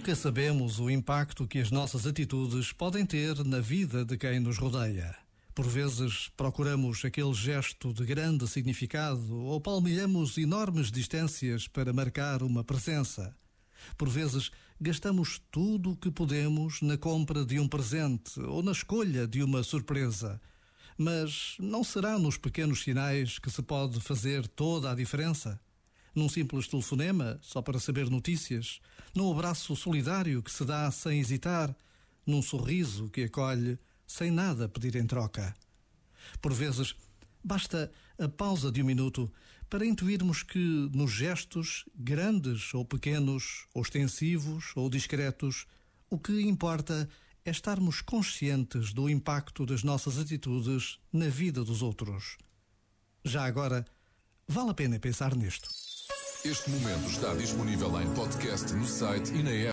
Nunca sabemos o impacto que as nossas atitudes podem ter na vida de quem nos rodeia. Por vezes procuramos aquele gesto de grande significado ou palmilhamos enormes distâncias para marcar uma presença. Por vezes gastamos tudo o que podemos na compra de um presente ou na escolha de uma surpresa. Mas não será nos pequenos sinais que se pode fazer toda a diferença? Num simples telefonema, só para saber notícias, num abraço solidário que se dá sem hesitar, num sorriso que acolhe sem nada pedir em troca. Por vezes, basta a pausa de um minuto para intuirmos que nos gestos, grandes ou pequenos, ostensivos ou discretos, o que importa é estarmos conscientes do impacto das nossas atitudes na vida dos outros. Já agora, vale a pena pensar nisto. Este momento está disponível em podcast no site e na app.